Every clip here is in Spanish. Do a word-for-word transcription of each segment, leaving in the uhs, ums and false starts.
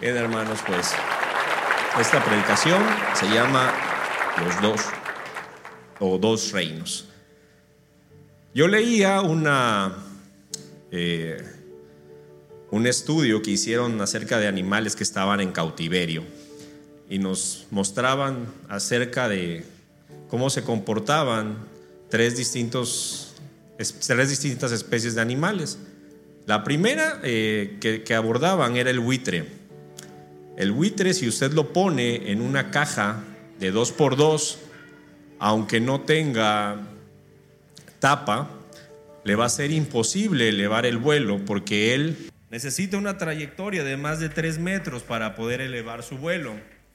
Bien, hermanos, pues esta predicación se llama Los Dos o Dos Reinos. Yo leía una eh, un estudio que hicieron acerca de animales que estaban en cautiverio y nos mostraban acerca de cómo se comportaban tres distintos tres distintas especies de animales. La primera eh, que, que abordaban era el buitre. El buitre, si usted lo pone en una caja de dos por dos, aunque no tenga tapa, le va a ser imposible elevar el vuelo, porque él necesita una trayectoria de más de tres metros para poder elevar su vuelo.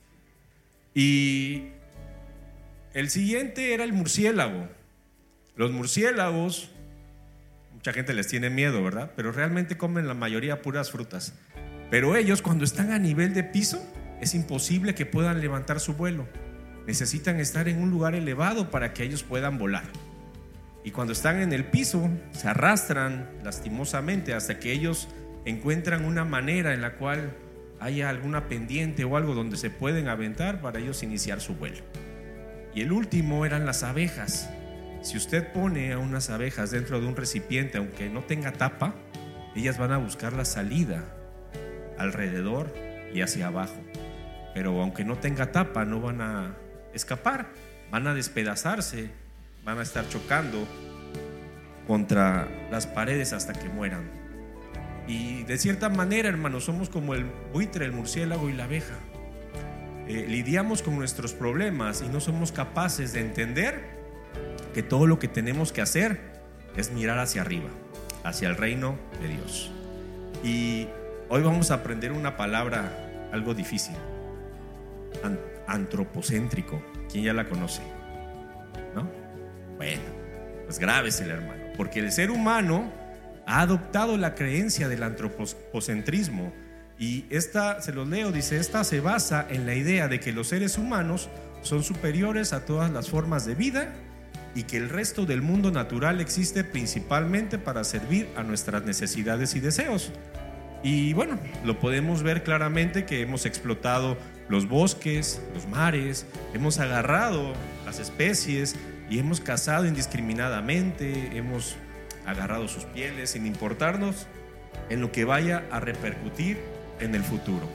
Y el siguiente era el murciélago. Los murciélagos, mucha gente les tiene miedo, ¿verdad? Pero realmente comen la mayoría puras frutas. Pero ellos, cuando están a nivel de piso, es imposible que puedan levantar su vuelo. Necesitan estar en un lugar elevado para que ellos puedan volar. Y cuando están en el piso, se arrastran lastimosamente hasta que ellos encuentran una manera en la cual haya alguna pendiente o algo donde se pueden aventar para ellos iniciar su vuelo. Y el último eran las abejas. Si usted pone a unas abejas dentro de un recipiente, aunque no tenga tapa, ellas van a buscar la salida alrededor y hacia abajo, pero aunque no tenga tapa no van a escapar, van a despedazarse, van a estar chocando contra las paredes hasta que mueran. Y de cierta manera, hermanos, somos como el buitre, el murciélago y la abeja. eh, lidiamos con nuestros problemas y no somos capaces de entender que todo lo que tenemos que hacer es mirar hacia arriba, hacia el reino de Dios. Y hoy vamos a aprender una palabra algo difícil: An- antropocéntrico. ¿Quién ya la conoce? ¿No? Bueno, pues grábesela, hermano, porque el ser humano ha adoptado la creencia del antropocentrismo. Y esta, se los leo, dice: esta se basa en la idea de que los seres humanos son superiores a todas las formas de vida y que el resto del mundo natural existe principalmente para servir a nuestras necesidades y deseos. Y bueno, lo podemos ver claramente que hemos explotado los bosques, los mares, hemos agarrado las especies y hemos cazado indiscriminadamente, hemos agarrado sus pieles sin importarnos en lo que vaya a repercutir en el futuro.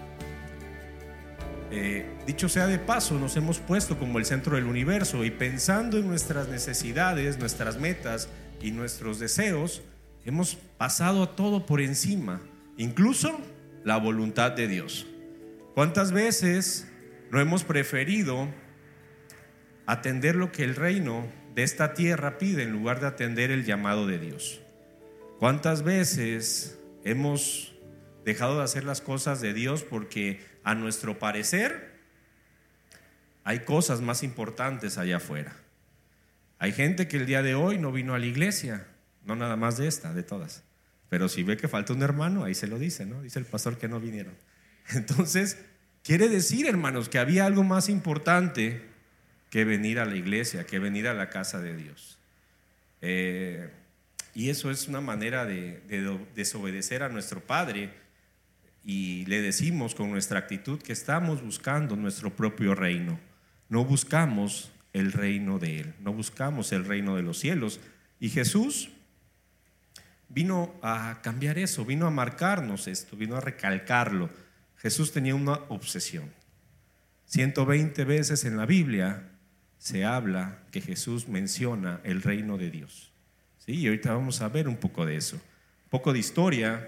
Eh, dicho sea de paso, nos hemos puesto como el centro del universo y pensando en nuestras necesidades, nuestras metas y nuestros deseos, hemos pasado a todo por encima, incluso la voluntad de Dios. ¿Cuántas veces no hemos preferido atender lo que el reino de esta tierra pide en lugar de atender el llamado de Dios? ¿Cuántas veces hemos dejado de hacer las cosas de Dios porque a nuestro parecer hay cosas más importantes allá afuera? Hay gente que el día de hoy no vino a la iglesia, no nada más de esta, de todas, pero si ve que falta un hermano, ahí se lo dice, ¿no? Dice el pastor que no vinieron. Entonces, quiere decir, hermanos, que había algo más importante que venir a la iglesia, que venir a la casa de Dios. Eh, y eso es una manera de, de desobedecer a nuestro Padre. Y le decimos con nuestra actitud que estamos buscando nuestro propio reino. No buscamos el reino de Él, no buscamos el reino de los cielos. Y Jesús vino a cambiar eso, vino a marcarnos esto, vino a recalcarlo. Jesús tenía una obsesión. ciento veinte veces en la Biblia se habla que Jesús menciona el reino de Dios. ¿Sí? Y ahorita vamos a ver un poco de eso, un poco de historia.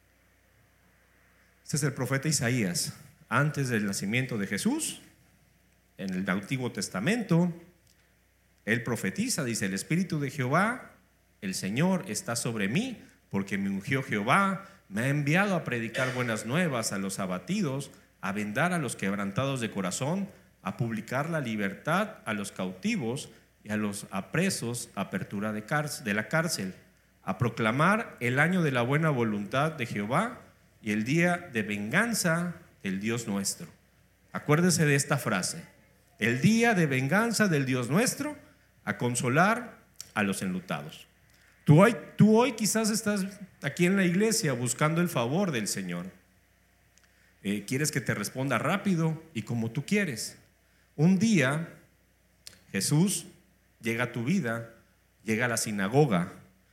Este es el profeta Isaías, antes del nacimiento de Jesús, en el Antiguo Testamento. Él profetiza, dice: el Espíritu de Jehová, el Señor, está sobre mí, porque me ungió Jehová, me ha enviado a predicar buenas nuevas a los abatidos, a vendar a los quebrantados de corazón, a publicar la libertad a los cautivos y a los apresos, apertura de, cárcel, de la cárcel, a proclamar el año de la buena voluntad de Jehová y el día de venganza del Dios nuestro. Acuérdese de esta frase: el día de venganza del Dios nuestro, a consolar a los enlutados. Tú hoy, tú hoy quizás estás aquí en la iglesia buscando el favor del Señor, Eh, quieres que te responda rápido y como tú quieres. Un día Jesús llega a tu vida, llega a la sinagoga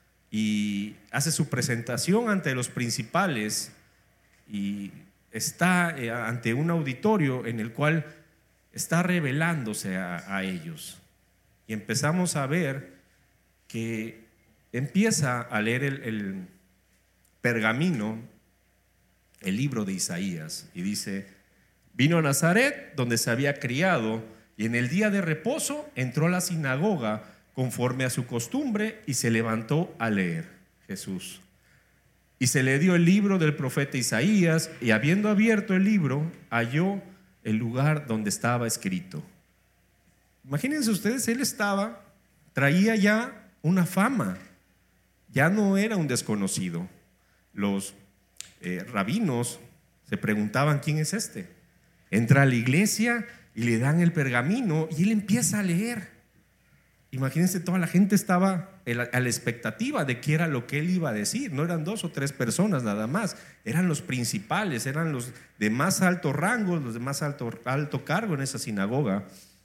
y hace su presentación ante los principales y está eh, ante un auditorio en el cual está revelándose a, a ellos. Y empezamos a ver que empieza a leer el, el pergamino, el libro de Isaías, y dice: vino a Nazaret, donde se había criado, y en el día de reposo entró a la sinagoga conforme a su costumbre y se levantó a leer. Jesús. Y se le dio el libro del profeta Isaías, y habiendo abierto el libro, halló el lugar donde estaba escrito. Imagínense ustedes, él estaba, traía ya una fama, ya no era un desconocido. Los eh, rabinos se preguntaban: ¿quién es este? Entra a la iglesia y le dan el pergamino y él empieza a leer. Imagínense, toda la gente estaba a la expectativa de qué era lo que él iba a decir. No eran dos o tres personas nada más, eran los principales, eran los de más alto rango, los de más alto, alto cargo en esa sinagoga.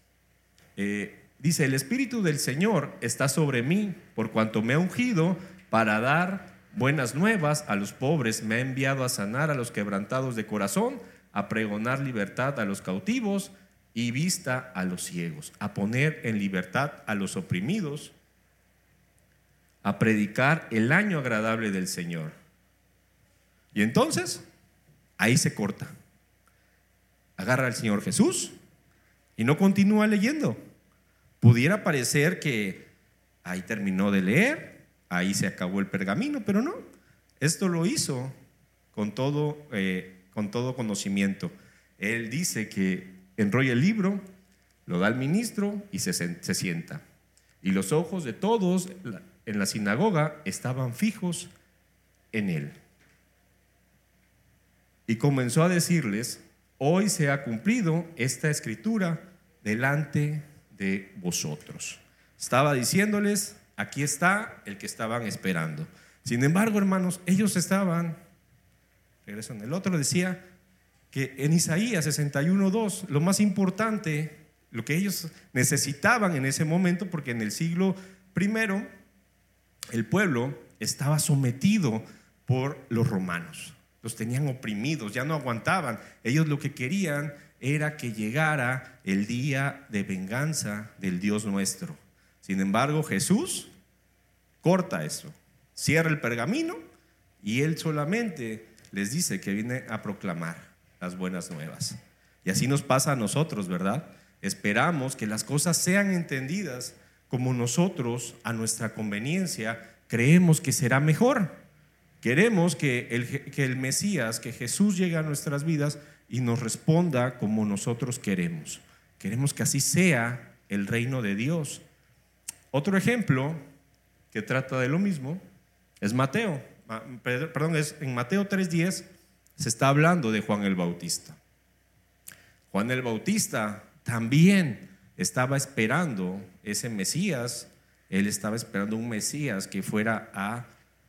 Eh, dice: el Espíritu del Señor está sobre mí, por cuanto me ha ungido para dar buenas nuevas a los pobres, me ha enviado a sanar a los quebrantados de corazón, a pregonar libertad a los cautivos y vista a los ciegos, a poner en libertad a los oprimidos, a predicar el año agradable del Señor. Y entonces ahí se corta. Agarra al Señor Jesús y no continúa leyendo. Pudiera parecer que ahí terminó de leer, ahí se acabó el pergamino, pero no. Esto lo hizo con todo, eh, con todo conocimiento. Él dice que enrolla el libro, lo da al ministro y se, se sienta. Y los ojos de todos en la sinagoga estaban fijos en él. Y comenzó a decirles: hoy se ha cumplido esta escritura delante de vosotros. Estaba diciéndoles: aquí está el que estaban esperando. Sin embargo, hermanos, ellos estaban, regreso en el otro, decía que en Isaías sesenta y uno dos, lo más importante, lo que ellos necesitaban en ese momento, porque en el siglo primero el pueblo estaba sometido por los romanos, los tenían oprimidos, ya no aguantaban. Ellos lo que querían era que llegara el día de venganza del Dios nuestro. Sin embargo, Jesús corta eso, cierra el pergamino y él solamente les dice que viene a proclamar las buenas nuevas. Y así nos pasa a nosotros, ¿verdad? Esperamos que las cosas sean entendidas como nosotros, a nuestra conveniencia, creemos que será mejor. Queremos que el, que el Mesías, que Jesús llegue a nuestras vidas y nos responda como nosotros queremos. Queremos que así sea el reino de Dios. Otro ejemplo que trata de lo mismo es Mateo. Perdón, es en Mateo tres diez. Se está hablando de Juan el Bautista. Juan el Bautista también estaba esperando ese Mesías. Él estaba esperando un Mesías que fuera a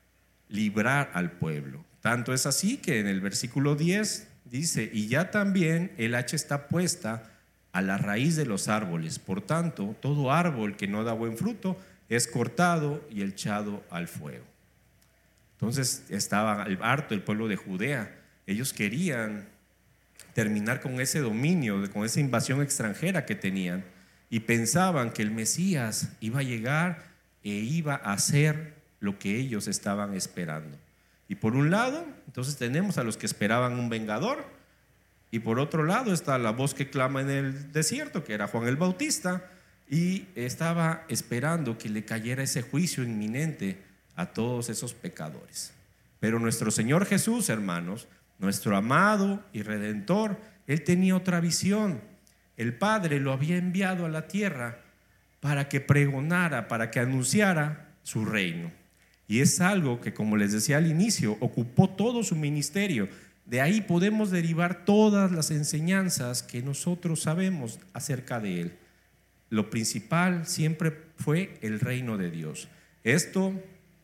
librar al pueblo. Tanto es así que en el versículo diez dice: y ya también el hacha está puesta a la raíz de los árboles. Por tanto, todo árbol que no da buen fruto es cortado y echado al fuego. Entonces estaba harto el pueblo de Judea. Ellos querían terminar con ese dominio, con esa invasión extranjera que tenían, y pensaban que el Mesías iba a llegar e iba a hacer lo que ellos estaban esperando. Y por un lado, entonces tenemos a los que esperaban un vengador, y por otro lado está la voz que clama en el desierto, que era Juan el Bautista, y estaba esperando que le cayera ese juicio inminente a todos esos pecadores. Pero nuestro Señor Jesús, hermanos, nuestro amado y redentor, él tenía otra visión. El Padre lo había enviado a la tierra para que pregonara, para que anunciara su reino. Y es algo que, como les decía al inicio, ocupó todo su ministerio. De ahí podemos derivar todas las enseñanzas que nosotros sabemos acerca de él. Lo principal siempre fue el reino de Dios. Esto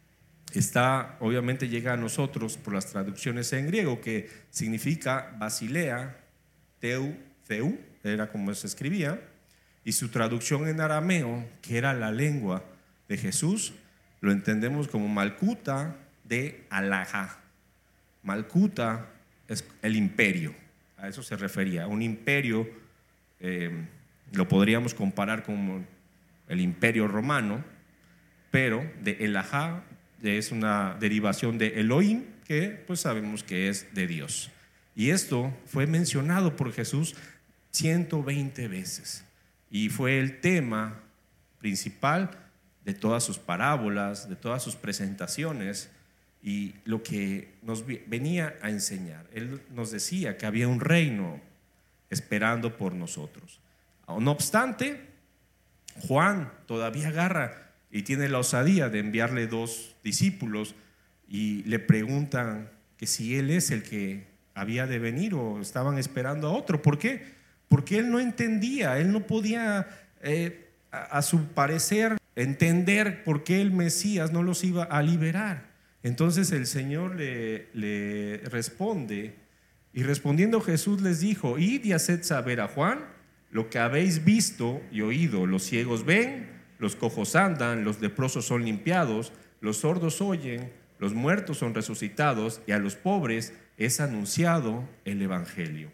está, obviamente llega a nosotros por las traducciones en griego, que significa Basilea, Teu, Theu, era como se escribía, y su traducción en arameo, que era la lengua de Jesús, lo entendemos como Malkuta de Alajá. Malkuta es el imperio, a eso se refería, un imperio, eh, lo podríamos comparar con el imperio romano, pero de Elajá es una derivación de Elohim, que pues sabemos que es de Dios. Y esto fue mencionado por Jesús ciento veinte veces y fue el tema principal de todas sus parábolas, de todas sus presentaciones y lo que nos venía a enseñar. Él nos decía que había un reino esperando por nosotros. No obstante, Juan todavía agarra y tiene la osadía de enviarle dos discípulos y le preguntan que si él es el que había de venir o estaban esperando a otro. ¿Por qué? Porque él no entendía, él no podía eh, a, a su parecer entender por qué el Mesías no los iba a liberar. Entonces el Señor le, le responde, y respondiendo Jesús les dijo: id y haced saber a Juan lo que habéis visto y oído. Los ciegos ven, los cojos andan, los leprosos son limpiados, los sordos oyen, los muertos son resucitados, y a los pobres es anunciado el evangelio.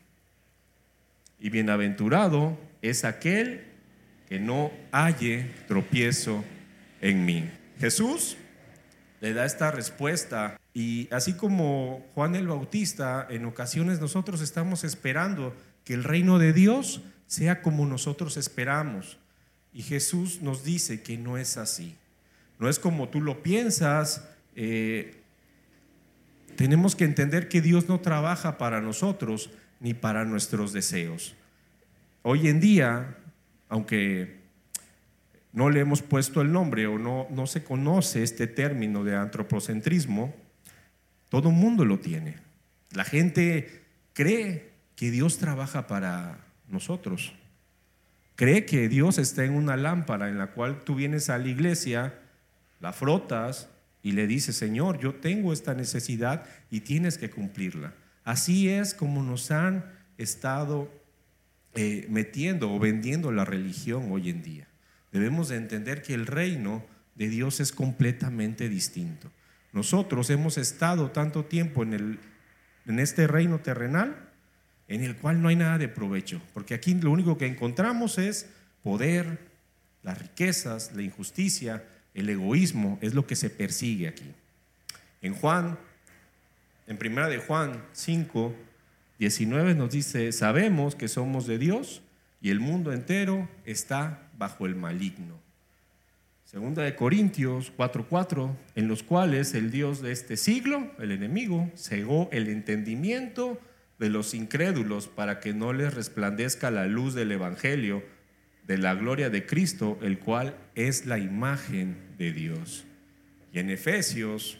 Y bienaventurado es aquel que no halle tropiezo en mí. Jesús le da esta respuesta, y así como Juan el Bautista, en ocasiones nosotros estamos esperando que el reino de Dios sea como nosotros esperamos, y Jesús nos dice que no es así, no es como tú lo piensas. eh, tenemos que entender que Dios no trabaja para nosotros ni para nuestros deseos. Hoy en día, aunque no le hemos puesto el nombre o no, no se conoce este término de antropocentrismo, todo el mundo lo tiene. La gente cree que Dios trabaja para nosotros, cree que Dios está en una lámpara en la cual tú vienes a la iglesia, la frotas y le dices: Señor, yo tengo esta necesidad y tienes que cumplirla. Así es como nos han estado eh, metiendo o vendiendo la religión hoy en día. Debemos de entender que el reino de Dios es completamente distinto. Nosotros hemos estado tanto tiempo en, el, en este reino terrenal en el cual no hay nada de provecho, porque aquí lo único que encontramos es poder, las riquezas, la injusticia, el egoísmo, es lo que se persigue aquí. En Juan, en primera de Juan cinco, diecinueve nos dice: sabemos que somos de Dios y el mundo entero está bajo el maligno. Segunda de Corintios cuatro cuatro, en los cuales el Dios de este siglo, el enemigo, cegó el entendimiento de los incrédulos para que no les resplandezca la luz del evangelio de la gloria de Cristo, el cual es la imagen de Dios. Y en Efesios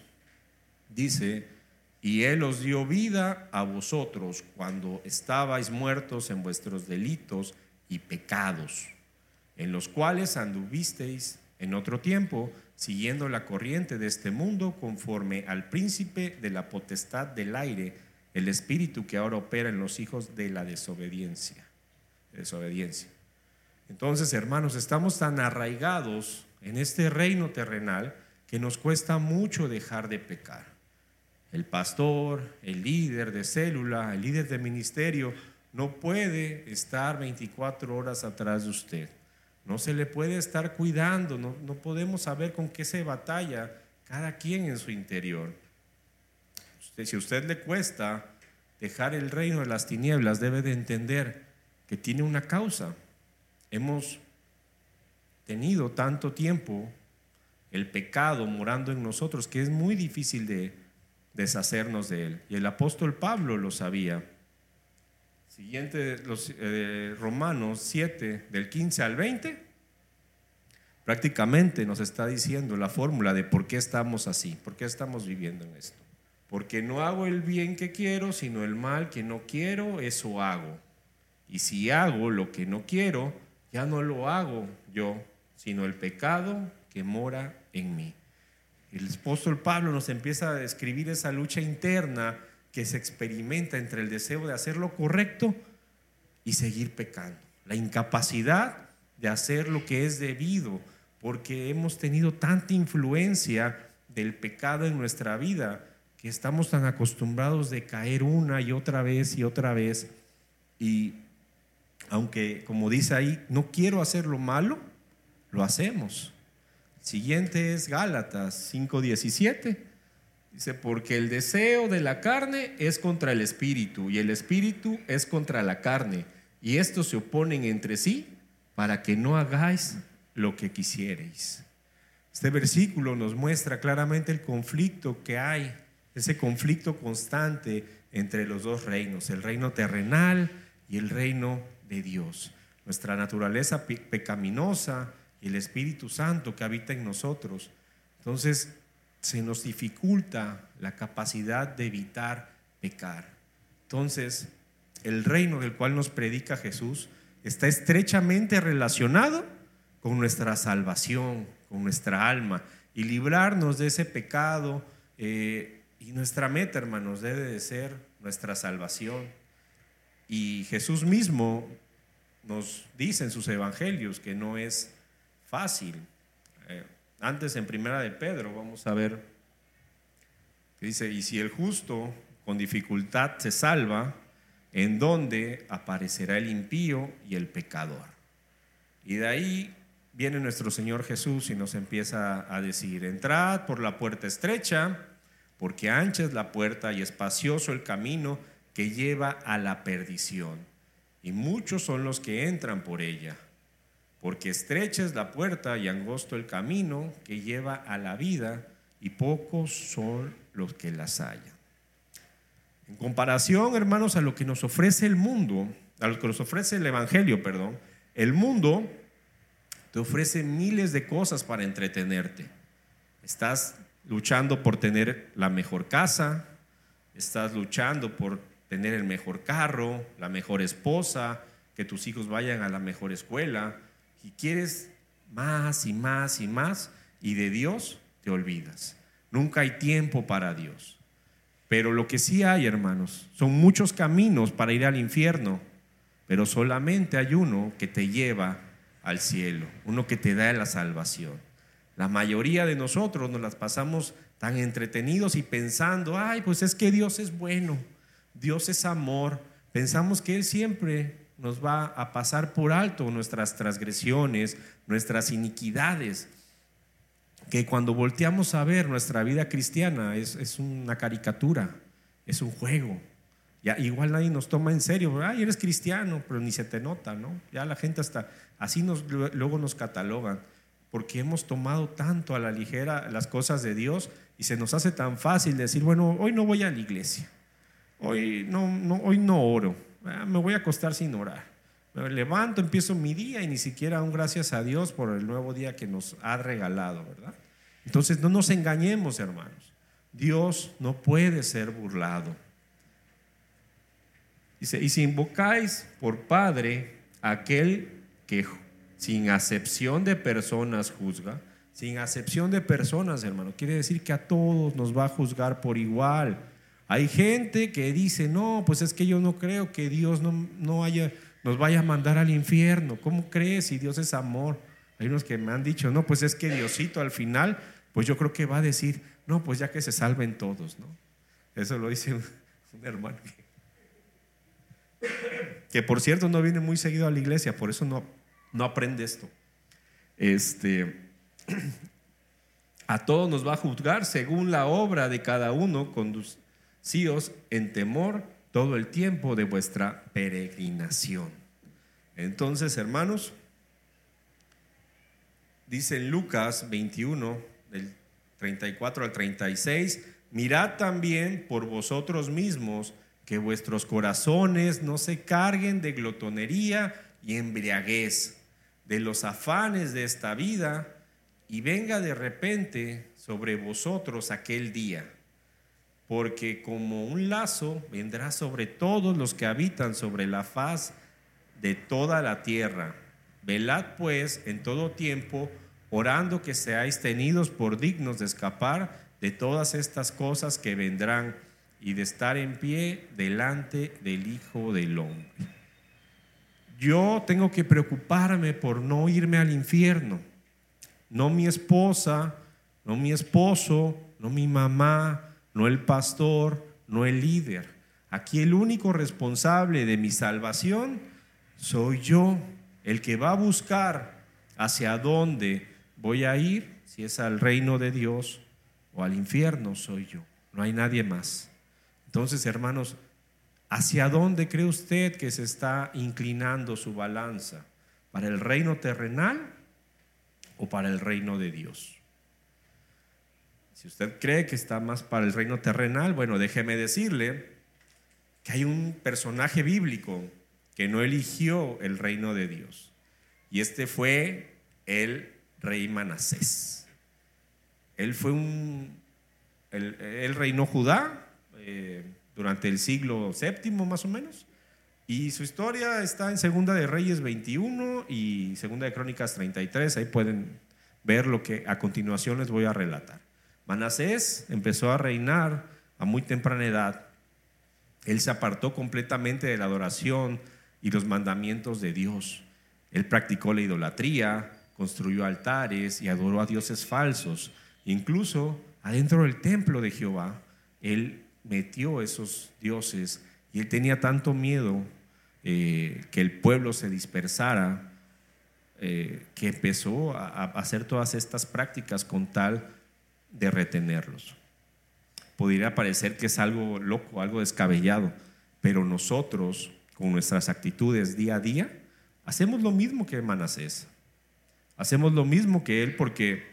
dice: y Él os dio vida a vosotros cuando estabais muertos en vuestros delitos y pecados, en los cuales anduvisteis en otro tiempo, siguiendo la corriente de este mundo, conforme al príncipe de la potestad del aire, el espíritu que ahora opera en los hijos de la desobediencia. desobediencia. Entonces, hermanos, estamos tan arraigados en este reino terrenal que nos cuesta mucho dejar de pecar. El pastor, el líder de célula, el líder de ministerio no puede estar veinticuatro horas atrás de usted. No se le puede estar cuidando, no, no podemos saber con qué se batalla cada quien en su interior. Usted, si a usted le cuesta dejar el reino de las tinieblas, debe de entender que tiene una causa. Hemos tenido tanto tiempo el pecado morando en nosotros que es muy difícil de deshacernos de él. Y el apóstol Pablo lo sabía. Siguiente, los eh, Romanos siete, del quince al veinte, prácticamente nos está diciendo la fórmula de por qué estamos así, por qué estamos viviendo en esto. Porque no hago el bien que quiero, sino el mal que no quiero, eso hago. Y si hago lo que no quiero, ya no lo hago yo, sino el pecado que mora en mí. El apóstol Pablo nos empieza a describir esa lucha interna que se experimenta entre el deseo de hacer lo correcto y seguir pecando. La incapacidad de hacer lo que es debido, porque hemos tenido tanta influencia del pecado en nuestra vida que estamos tan acostumbrados de caer una y otra vez y otra vez. Y aunque, como dice ahí, no quiero hacer lo malo, lo hacemos. Siguiente es Gálatas cinco diecisiete. Dice, porque el deseo de la carne es contra el espíritu y el espíritu es contra la carne, y estos se oponen entre sí para que no hagáis lo que quisierais. Este versículo nos muestra claramente el conflicto que hay, ese conflicto constante entre los dos reinos, el reino terrenal y el reino de Dios. Nuestra naturaleza pe- pecaminosa y el Espíritu Santo que habita en nosotros. Entonces se nos dificulta la capacidad de evitar pecar. Entonces el reino del cual nos predica Jesús está estrechamente relacionado con nuestra salvación, con nuestra alma, y librarnos de ese pecado. Eh, y nuestra meta, hermanos, debe de ser nuestra salvación. Y Jesús mismo nos dice en sus evangelios que no es fácil. Eh, antes, en Primera de Pedro, vamos a ver que dice: y si el justo con dificultad se salva, ¿en dónde aparecerá el impío y el pecador? Y de ahí viene nuestro Señor Jesús y nos empieza a decir: entrad por la puerta estrecha, porque ancha es la puerta y espacioso el camino que lleva a la perdición, y muchos son los que entran por ella. Porque estrecha es la puerta y angosto el camino que lleva a la vida, y pocos son los que las hallan. En comparación, hermanos, a lo que nos ofrece el mundo, a lo que nos ofrece el evangelio, perdón, el mundo te ofrece miles de cosas para entretenerte. Estás luchando por tener la mejor casa, estás luchando por tener el mejor carro, la mejor esposa, que tus hijos vayan a la mejor escuela, y quieres más y más y más, y de Dios te olvidas. Nunca hay tiempo para Dios. Pero lo que sí hay, hermanos, son muchos caminos para ir al infierno, pero solamente hay uno que te lleva al cielo, uno que te da la salvación. La mayoría de nosotros nos las pasamos tan entretenidos y pensando: ay, pues es que Dios es bueno, Dios es amor. Pensamos que Él siempre nos va a pasar por alto nuestras transgresiones, nuestras iniquidades, que cuando volteamos a ver nuestra vida cristiana es, es una caricatura, es un juego. Ya, igual nadie nos toma en serio. Ay, eres cristiano, pero ni se te nota, ¿no? Ya la gente hasta así nos, luego nos catalogan, porque hemos tomado tanto a la ligera las cosas de Dios y se nos hace tan fácil decir: bueno, hoy no voy a la iglesia, hoy no, no, hoy no oro, me voy a acostar sin orar. Me levanto, empiezo mi día y ni siquiera aún gracias a Dios por el nuevo día que nos ha regalado, ¿verdad? Entonces no nos engañemos, hermanos. Dios no puede ser burlado. Dice: y si invocáis por Padre aquel que sin acepción de personas juzga, sin acepción de personas, hermano, quiere decir que a todos nos va a juzgar por igual. Hay gente que dice: no, pues es que yo no creo que Dios no, no haya, nos vaya a mandar al infierno. ¿Cómo crees si Dios es amor? Hay unos que me han dicho: no, pues es que Diosito al final, pues yo creo que va a decir: no, pues ya que se salven todos, ¿no? Eso lo dice un, un hermano que, que por cierto no viene muy seguido a la iglesia, por eso no, no aprende esto. Este, a todos nos va a juzgar según la obra de cada uno. Conducíos en temor todo el tiempo de vuestra peregrinación. Entonces, hermanos, dice en Lucas veintiuno, del treinta y cuatro al treinta y seis: mirad también por vosotros mismos que vuestros corazones no se carguen de glotonería y embriaguez, de los afanes de esta vida, y venga de repente sobre vosotros aquel día, porque como un lazo vendrá sobre todos los que habitan sobre la faz de toda la tierra. Velad pues en todo tiempo, orando que seáis tenidos por dignos de escapar de todas estas cosas que vendrán y de estar en pie delante del Hijo del Hombre. Yo tengo que preocuparme por no irme al infierno. No mi esposa, no mi esposo, no mi mamá, no el pastor, no el líder. Aquí el único responsable de mi salvación soy yo, el que va a buscar hacia dónde voy a ir, si es al reino de Dios o al infierno, soy yo. No hay nadie más. Entonces, hermanos, ¿hacia dónde cree usted que se está inclinando su balanza? ¿Para el reino terrenal o para el reino de Dios? Si usted cree que está más para el reino terrenal, bueno, déjeme decirle que hay un personaje bíblico que no eligió el reino de Dios, y este fue el rey Manasés. Él fue un él, él reinó Judá eh, durante el siglo séptimo más o menos, y su historia está en Segunda de Reyes veintiuno y Segunda de Crónicas treinta y tres. Ahí pueden ver lo que a continuación les voy a relatar. Manasés empezó a reinar a muy temprana edad. Él se apartó completamente de la adoración y los mandamientos de Dios. Él practicó la idolatría, construyó altares y adoró a dioses falsos. Incluso adentro del templo de Jehová, él metió esos dioses, y él tenía tanto miedo eh, que el pueblo se dispersara, eh, que empezó a, a hacer todas estas prácticas con tal de retenerlos. Podría parecer que es algo loco, algo descabellado, pero nosotros, con nuestras actitudes día a día, hacemos lo mismo que Manasés. Hacemos lo mismo que él, porque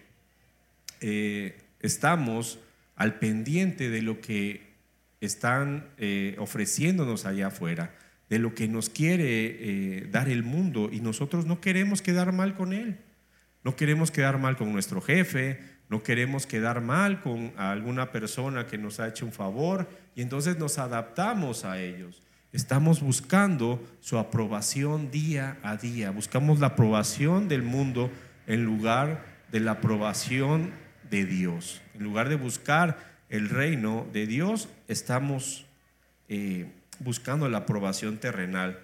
eh, estamos al pendiente de lo que están eh, ofreciéndonos allá afuera, de lo que nos quiere eh, dar el mundo, y nosotros no queremos quedar mal con él. No queremos quedar mal con nuestro jefe, no queremos quedar mal con alguna persona que nos ha hecho un favor, y entonces nos adaptamos a ellos. Estamos buscando su aprobación día a día. Buscamos la aprobación del mundo en lugar de la aprobación de Dios. En lugar de buscar el reino de Dios, estamos eh, buscando la aprobación terrenal.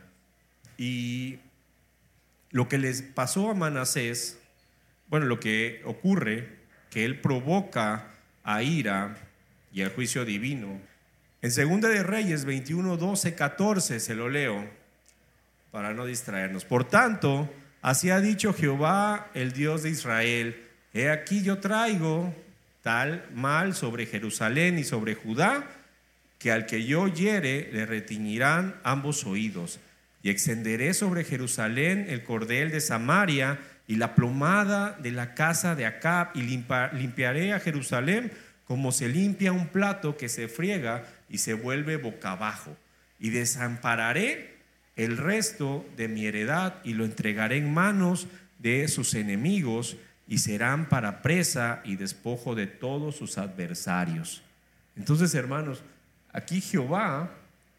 Y lo que les pasó a Manasés, bueno, lo que ocurre, que él provoca a ira y al juicio divino. En Segunda de Reyes veintiuno, doce, catorce, se lo leo para no distraernos. Por tanto, así ha dicho Jehová, el Dios de Israel: he aquí yo traigo tal mal sobre Jerusalén y sobre Judá, que al que yo hiere le retiñirán ambos oídos, y extenderé sobre Jerusalén el cordel de Samaria y la plomada de la casa de Acab, y limpa, limpiaré a Jerusalén como se limpia un plato que se friega y se vuelve boca abajo, y desampararé el resto de mi heredad y lo entregaré en manos de sus enemigos, y serán para presa y despojo de todos sus adversarios. Entonces, hermanos, aquí Jehová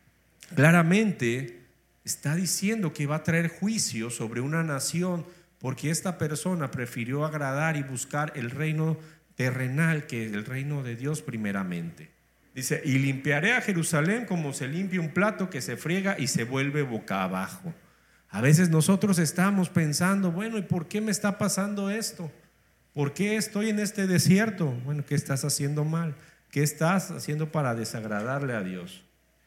claramente está diciendo que va a traer juicio sobre una nación, porque esta persona prefirió agradar y buscar el reino terrenal que el reino de Dios primeramente. Dice: y limpiaré a Jerusalén como se limpia un plato que se friega y se vuelve boca abajo. A veces nosotros estamos pensando, bueno, ¿y por qué me está pasando esto? ¿Por qué estoy en este desierto? Bueno, ¿qué estás haciendo mal? ¿Qué estás haciendo para desagradarle a Dios?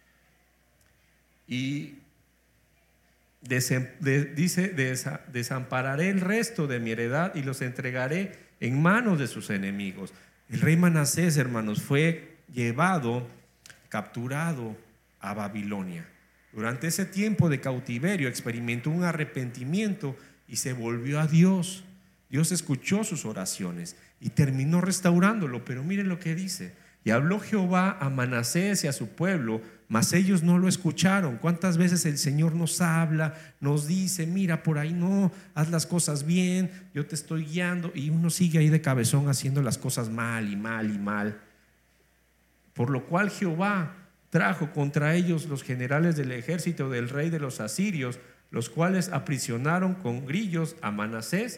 Y Desem, de, dice, desa, desampararé el resto de mi heredad y los entregaré en manos de sus enemigos. El rey Manasés, hermanos, fue llevado, capturado a Babilonia. Durante ese tiempo de cautiverio experimentó un arrepentimiento y se volvió a Dios. Dios escuchó sus oraciones y terminó restaurándolo. Pero miren lo que dice: y habló Jehová a Manasés y a su pueblo, mas ellos no lo escucharon. ¿Cuántas veces el Señor nos habla, nos dice, mira, por ahí no, haz las cosas bien, yo te estoy guiando, y uno sigue ahí de cabezón haciendo las cosas mal y mal y mal? Por lo cual Jehová trajo contra ellos los generales del ejército del rey de los asirios, los cuales aprisionaron con grillos a Manasés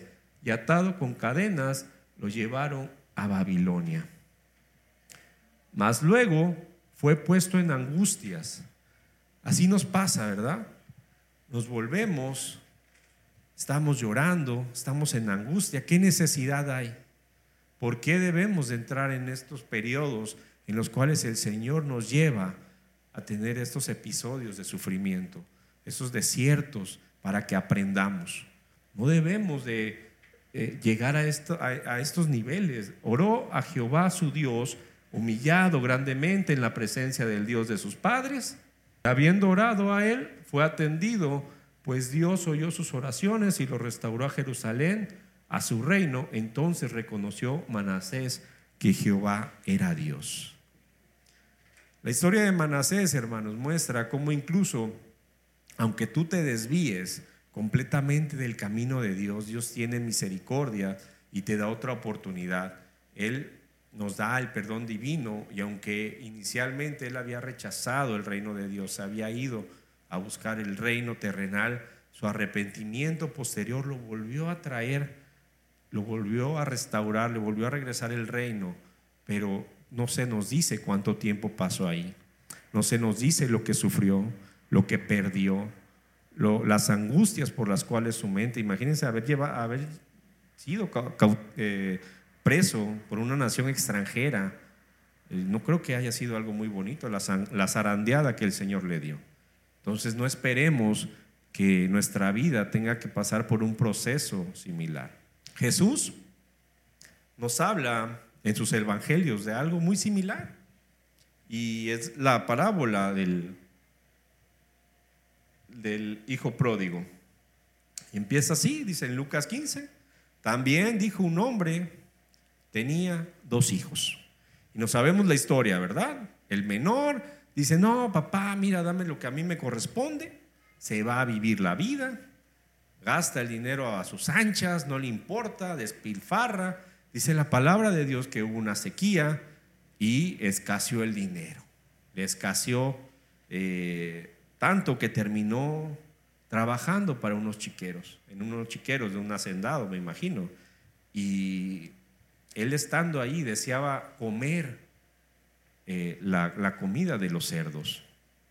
y atado con cadenas lo llevaron a Babilonia. Mas luego fue puesto en angustias. Así nos pasa, ¿verdad? Nos volvemos, estamos llorando, estamos en angustia. ¿Qué necesidad hay? ¿Por qué debemos de entrar en estos periodos en los cuales el Señor nos lleva a tener estos episodios de sufrimiento, esos desiertos, para que aprendamos? No debemos de eh, llegar a, esto, a, a estos niveles. Oró a Jehová su Dios, humillado grandemente en la presencia del Dios de sus padres. Habiendo orado a él, fue atendido, pues Dios oyó sus oraciones y lo restauró a Jerusalén, a su reino. Entonces reconoció Manasés que Jehová era Dios. La historia de Manasés, hermanos, muestra cómo incluso, aunque tú te desvíes completamente del camino de Dios, Dios tiene misericordia y te da otra oportunidad. Él nos da el perdón divino, y aunque inicialmente él había rechazado el reino de Dios, había ido a buscar el reino terrenal, su arrepentimiento posterior lo volvió a traer, lo volvió a restaurar, le volvió a regresar el reino, pero no se nos dice cuánto tiempo pasó ahí, no se nos dice lo que sufrió, lo que perdió, lo, las angustias por las cuales su mente, imagínense haber, llevado, haber sido eh, preso por una nación extranjera. No creo que haya sido algo muy bonito la, la zarandeada que el Señor le dio. Entonces no esperemos que nuestra vida tenga que pasar por un proceso similar. Jesús nos habla en sus evangelios de algo muy similar, y es la parábola del, del hijo pródigo. Y empieza así, dice en Lucas quince: también dijo un hombre, tenía dos hijos. Y no sabemos la historia, ¿verdad? El menor dice: no, papá, mira, dame lo que a mí me corresponde. Se va a vivir la vida, gasta el dinero a sus anchas, no le importa, despilfarra. Dice la palabra de Dios que hubo una sequía y escaseó el dinero. Le escaseó eh, tanto que terminó trabajando para unos chiqueros, en unos chiqueros de un hacendado, me imagino. Y él, estando ahí, deseaba comer eh, la, la comida de los cerdos.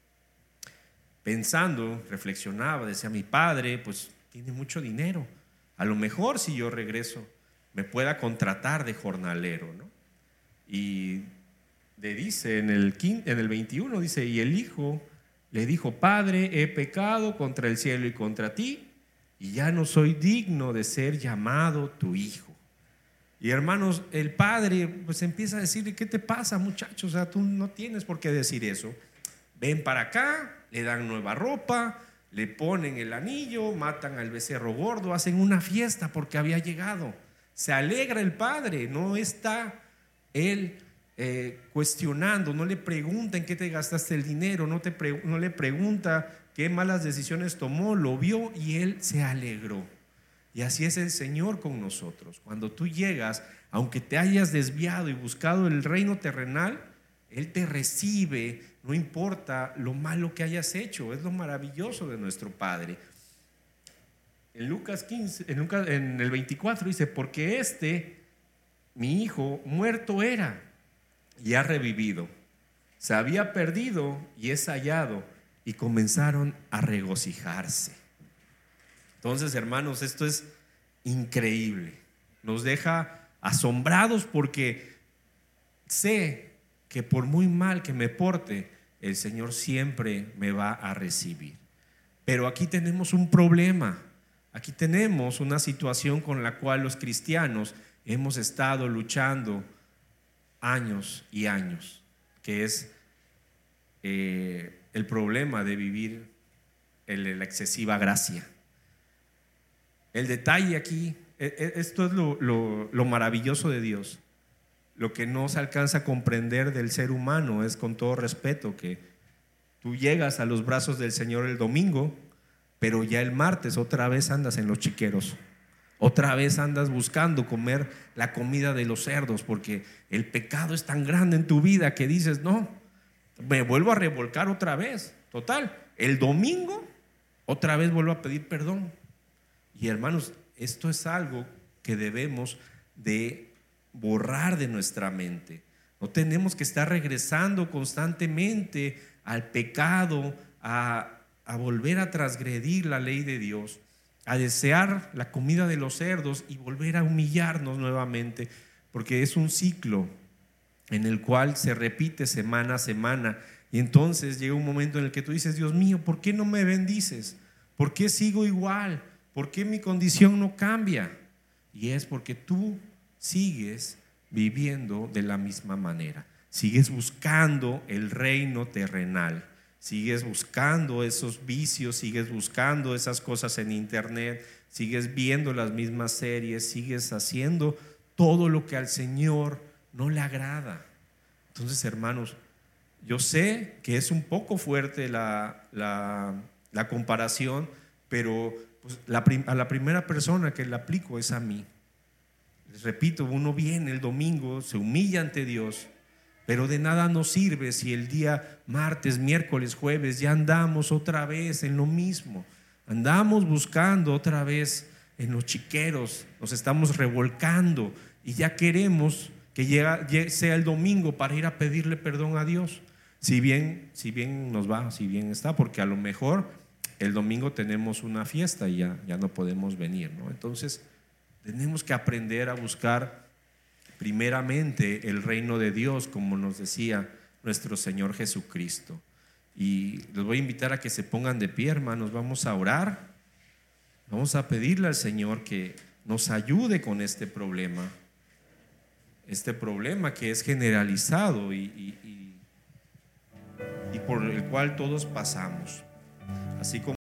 Pensando, reflexionaba, decía: mi padre pues tiene mucho dinero, a lo mejor si yo regreso me pueda contratar de jornalero, ¿no? Y le dice en el, en el veintiuno, dice: y el hijo le dijo: padre, he pecado contra el cielo y contra ti, y ya no soy digno de ser llamado tu hijo. Y hermanos, el padre pues empieza a decirle: ¿qué te pasa, muchacho? O sea, tú no tienes por qué decir eso. Ven para acá. Le dan nueva ropa, le ponen el anillo, matan al becerro gordo, hacen una fiesta porque había llegado. Se alegra el padre, no está él eh, cuestionando, no le pregunta en qué te gastaste el dinero, no, te pre, no le pregunta qué malas decisiones tomó, lo vio y él se alegró. Y así es el Señor con nosotros. Cuando tú llegas, aunque te hayas desviado y buscado el reino terrenal, Él te recibe, no importa lo malo que hayas hecho. Es lo maravilloso de nuestro Padre. En Lucas quince, en, Lucas, en el veinticuatro dice: porque este, mi hijo, muerto era y ha revivido, se había perdido y es hallado. Y comenzaron a regocijarse. Entonces, hermanos, esto es increíble. Nos deja asombrados porque sé que por muy mal que me porte, el Señor siempre me va a recibir. Pero aquí tenemos un problema. Aquí tenemos una situación con la cual los cristianos hemos estado luchando años y años, que es eh, el problema de vivir en la excesiva gracia. El detalle aquí, esto es lo, lo, lo maravilloso de Dios. Lo que no se alcanza a comprender del ser humano es, con todo respeto, que tú llegas a los brazos del Señor el domingo, pero ya el martes otra vez andas en los chiqueros, otra vez andas buscando comer la comida de los cerdos, porque el pecado es tan grande en tu vida que dices: no, me vuelvo a revolcar otra vez. Total, el domingo otra vez vuelvo a pedir perdón. Y hermanos, esto es algo que debemos de borrar de nuestra mente. No tenemos que estar regresando constantemente al pecado, a, a volver a transgredir la ley de Dios, a desear la comida de los cerdos y volver a humillarnos nuevamente, porque es un ciclo en el cual se repite semana a semana. Y entonces llega un momento en el que tú dices: Dios mío, ¿por qué no me bendices? ¿Por qué sigo igual? ¿Por qué mi condición no cambia? Y es porque tú sigues viviendo de la misma manera. Sigues buscando el reino terrenal, sigues buscando esos vicios, sigues buscando esas cosas en internet, sigues viendo las mismas series, sigues haciendo todo lo que al Señor no le agrada. Entonces, hermanos, yo sé que es un poco fuerte la, la, la comparación, pero pues, la, a la primera persona que la aplico es a mí. Les repito, uno viene el domingo, se humilla ante Dios, pero de nada nos sirve si el día martes, miércoles, jueves ya andamos otra vez en lo mismo. Andamos buscando otra vez en los chiqueros, nos estamos revolcando y ya queremos que llegue, sea el domingo para ir a pedirle perdón a Dios. Si bien, si bien nos va, si bien está, porque a lo mejor el domingo tenemos una fiesta y ya, ya no podemos venir, ¿no? Entonces tenemos que aprender a buscar primeramente el reino de Dios, como nos decía nuestro Señor Jesucristo. Y los voy a invitar a que se pongan de pie, hermanos. Vamos a orar, vamos a pedirle al Señor que nos ayude con este problema, este problema que es generalizado y, y, y, y por el cual todos pasamos, así como